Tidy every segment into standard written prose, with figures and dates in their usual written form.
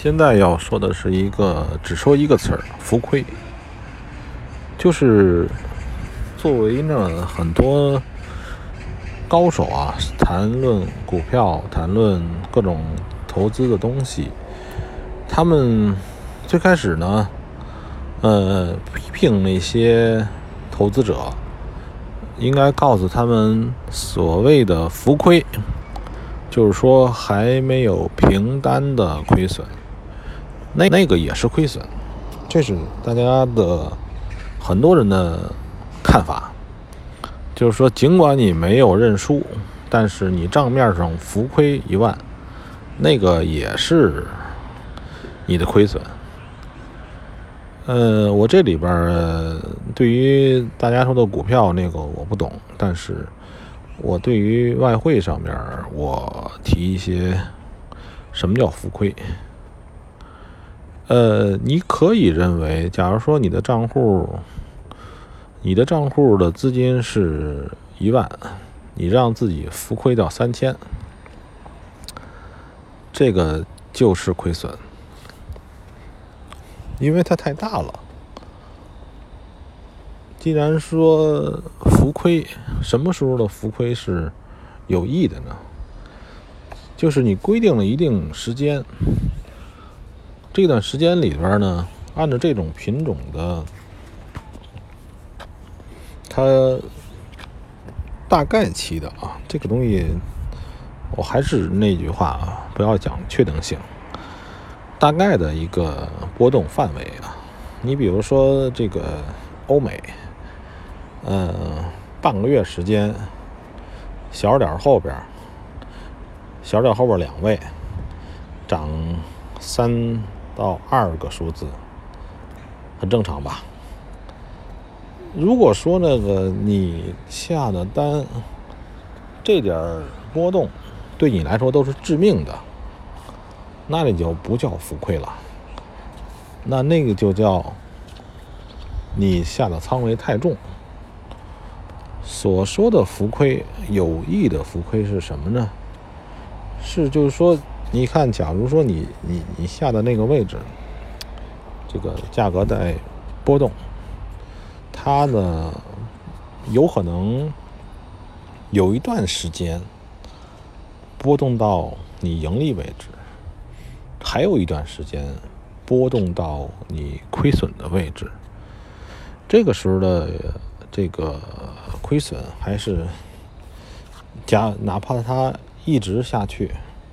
现在要说的是只说一个词儿，浮亏。就是作为呢很多高手啊，谈论股票，谈论各种投资的东西，他们最开始呢，批评那些投资者，应该告诉他们所谓的浮亏，就是说还没有平单的亏损，那个也是亏损，这是大家的很多人的看法。就是说尽管你没有认输，但是你账面上浮亏1万，那个也是你的亏损。我这里边对于大家说的股票那个我不懂，但是我对于外汇上面我提一些什么叫浮亏。你可以认为，假如说你的账户的资金是1万，你让自己浮亏到3000，这个就是亏损，因为它太大了。既然说浮亏，什么时候的浮亏是有益的呢？就是你规定了一定时间，这段时间里边呢，按照这种品种的，它大概期的啊，这个东西我还是那句话啊，不要讲确定性，大概的一个波动范围啊。你比如说这个欧美，半个月时间，小点后边2位涨3到2个数字，很正常吧？如果说那个你下的单这点波动对你来说都是致命的，那你就不叫浮亏了，那个就叫你下的仓位太重。所说的浮亏，有益的浮亏是什么呢？就是说，你看，假如说你下的那个位置，这个价格在波动，它呢有可能有一段时间波动到你盈利位置，还有一段时间波动到你亏损的位置。这个时候的这个亏损还是哪怕它一直下去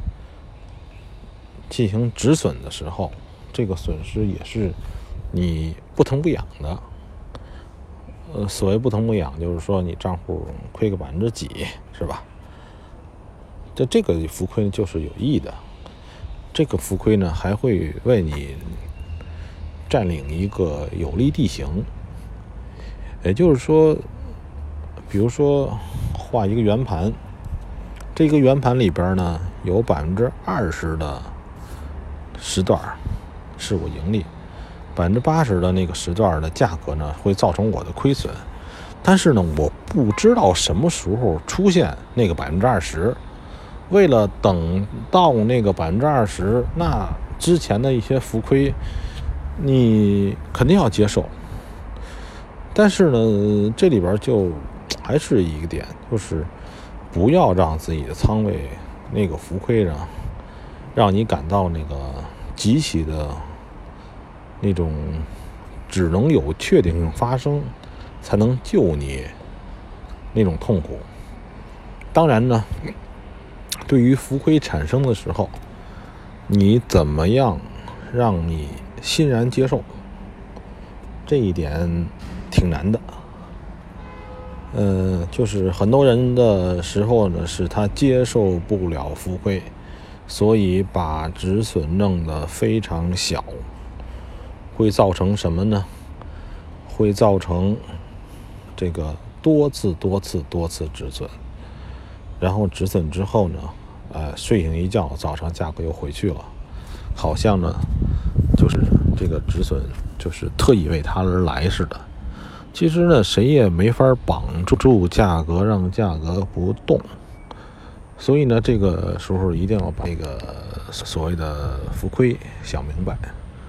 进行止损的时候，这个损失也是你不疼不痒的。所谓不疼不痒，就是说你账户亏个几%，是吧？这个浮亏就是有益的，这个浮亏呢还会为你占领一个有利地形。也就是说，比如说画一个圆盘，这个圆盘里边呢有20%的时段是我盈利，80%的那个时段的价格呢会造成我的亏损，但是呢我不知道什么时候出现那个20%，为了等到那个20%，那之前的一些浮亏你肯定要接受。但是呢这里边就还是一个点，就是不要让自己的仓位那个浮亏上让你感到那个极其的那种只能有确定性发生才能救你那种痛苦。当然呢，对于浮亏产生的时候，你怎么样让你欣然接受，这一点挺难的。就是很多人的时候呢，是他接受不了浮亏，所以把止损弄得非常小，会造成什么呢？会造成这个多次止损，然后止损之后呢，睡醒一觉，早上价格又回去了，好像呢就是这个止损就是特意为它而来似的。其实呢，谁也没法绑住价格，让价格不动。 所以呢，这个时候一定要把这个所谓的浮亏想明白。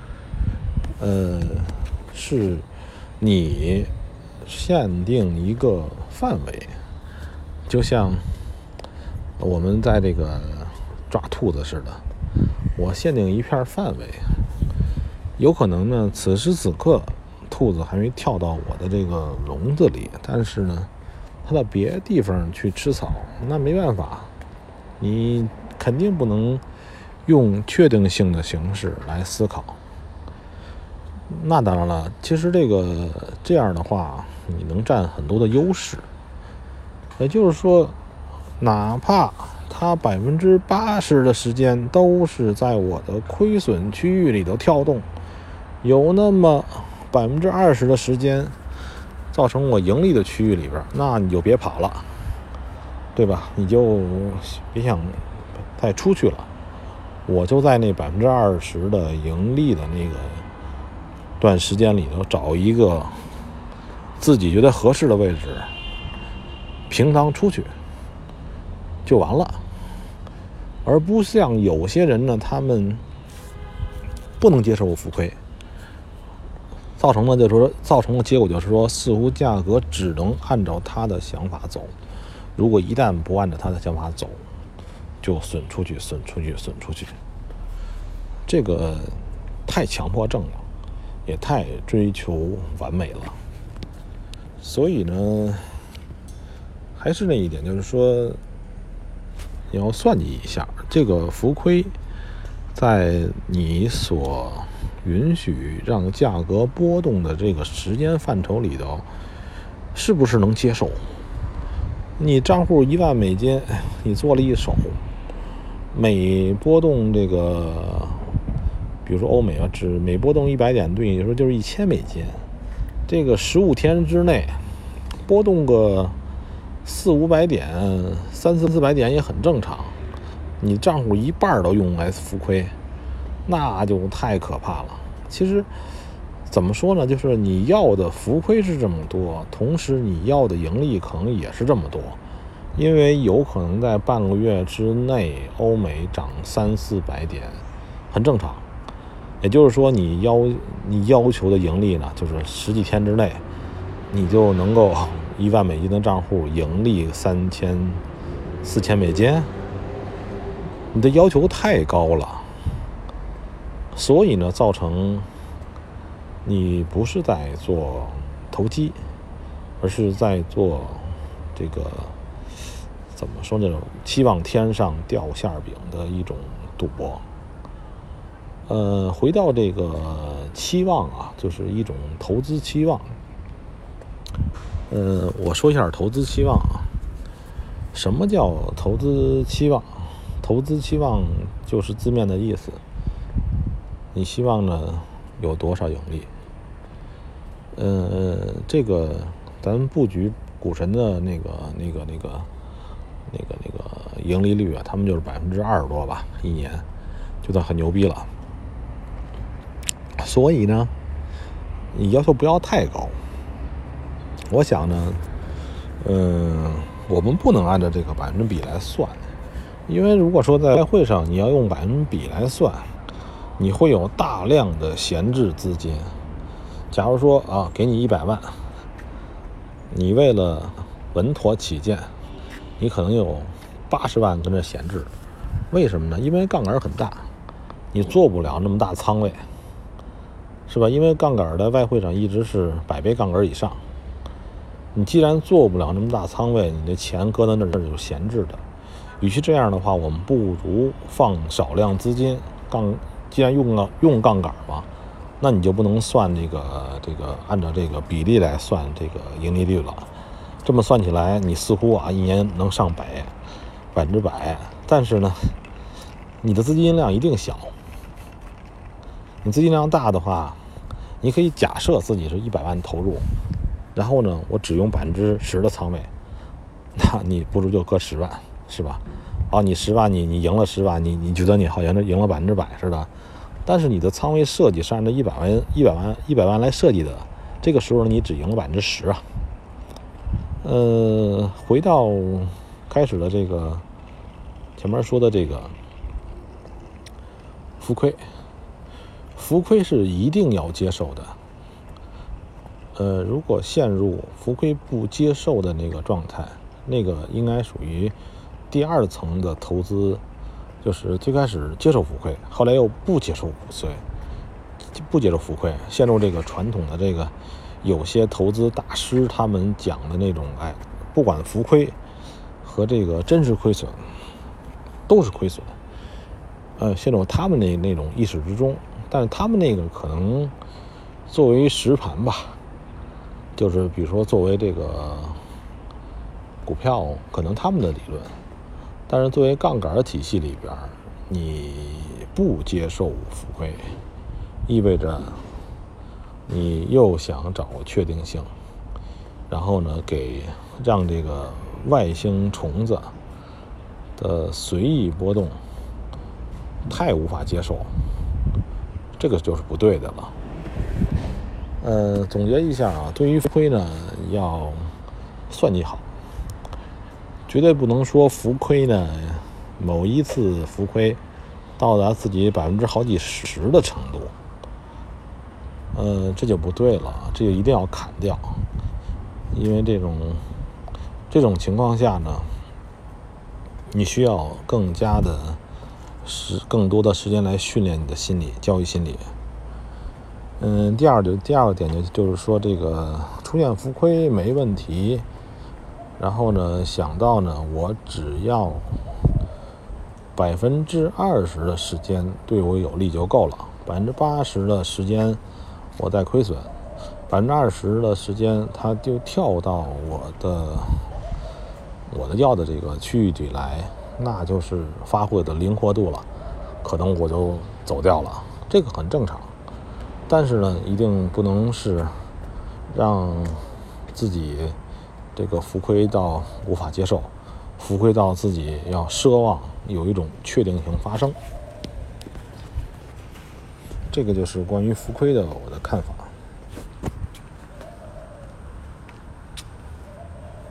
是你限定一个范围，就像我们在这个抓兔子似的，我限定一片范围，有可能呢，此时此刻兔子还没跳到我的这个笼子里，但是呢，它到别的地方去吃草，那没办法，你肯定不能用确定性的形式来思考。那当然了，其实这样的话，你能占很多的优势。也就是说，哪怕它80%的时间都是在我的亏损区域里头跳动，有那么20%的时间造成我盈利的区域里边，那你就别跑了，对吧？你就别想再出去了。我就在那20%的盈利的那个段时间里头找一个自己觉得合适的位置，平仓出去就完了。而不像有些人呢，他们不能接受浮亏，造成的结果就是说，似乎价格只能按照他的想法走，如果一旦不按照他的想法走，就损出去，这个太强迫症了，也太追求完美了。所以呢，还是那一点，就是说你要算计一下这个浮亏，在你所允许让价格波动的这个时间范畴里头，是不是能接受？你账户1万美金，你做了一手，每波动这个，比如说欧美啊，每波动100点，对你来说就是1000美金。这个15天之内波动个400-500点、300-400点也很正常。你账户一半都用来浮亏，那就太可怕了。其实怎么说呢，就是你要的浮亏是这么多，同时你要的盈利可能也是这么多，因为有可能在半个月之内欧美涨300-400点很正常。也就是说你要求的盈利呢，就是10几天之内你就能够1万美金的账户盈利3000-4000美金，你的要求太高了。所以呢，造成你不是在做投机，而是在做这个怎么说，那种期望天上掉馅饼的一种赌博。回到这个期望啊，就是一种投资期望。我说一下投资期望啊。什么叫投资期望？投资期望就是字面的意思，你希望呢有多少盈利？这个咱们布局股神的那个盈利率啊，他们就是20%多吧，一年就算很牛逼了。所以呢，你要求不要太高。我想呢，我们不能按照这个百分比来算，因为如果说在外汇上你要用百分比来算，你会有大量的闲置资金。假如说啊，给你100万，你为了稳妥起见，你可能有80万跟着闲置。为什么呢？因为杠杆很大，你做不了那么大仓位，是吧？因为杠杆在外汇上一直是100倍杠杆以上。你既然做不了那么大仓位，你的钱搁在那儿就是闲置的。与其这样的话，我们不如放少量资金，既然用杠杆嘛，那你就不能算这个按照这个比例来算这个盈利率了。这么算起来，你似乎啊一年能上100%，但是呢，你的资金量一定小。你资金量大的话，你可以假设自己是100万投入，然后呢，我只用10%的仓位，那你不如就搁10万，是吧？好，你10万，你赢了10万，你觉得你好像是赢了100%似的，但是你的仓位设计是按照100万来设计的，这个时候你只赢了10%啊。回到开始的这个前面说的这个浮亏，浮亏是一定要接受的。如果陷入浮亏不接受的那个状态，那个应该属于第二层的投资，就是最开始接受浮亏，后来又不接受浮亏，陷入这个传统的这个有些投资大师他们讲的那种，不管浮亏和这个真实亏损都是亏损，陷入他们那种意识之中。但是他们那个可能作为实盘吧，就是比如说作为这个股票，可能他们的理论，但是作为杠杆体系里边，你不接受浮亏，意味着你又想找确定性，然后呢让这个外星虫子的随意波动太无法接受，这个就是不对的了。总结一下啊，对于浮亏呢要算计好，绝对不能说浮亏呢某一次浮亏到达自己好几十的程度，这就不对了，这就一定要砍掉。因为这种情况下呢，你需要更多的时间来训练你的心理，教育心理。第二个点就是说，这个出现浮亏没问题，然后呢想到呢我只要20%的时间对我有利就够了，80%的时间我在亏损，20%的时间它就跳到我的要的这个区域里来，那就是发挥的灵活度了，可能我就走掉了，这个很正常。但是呢一定不能是让自己这个浮亏到无法接受，浮亏到自己要奢望有一种确定性发生。这个就是关于浮亏的我的看法。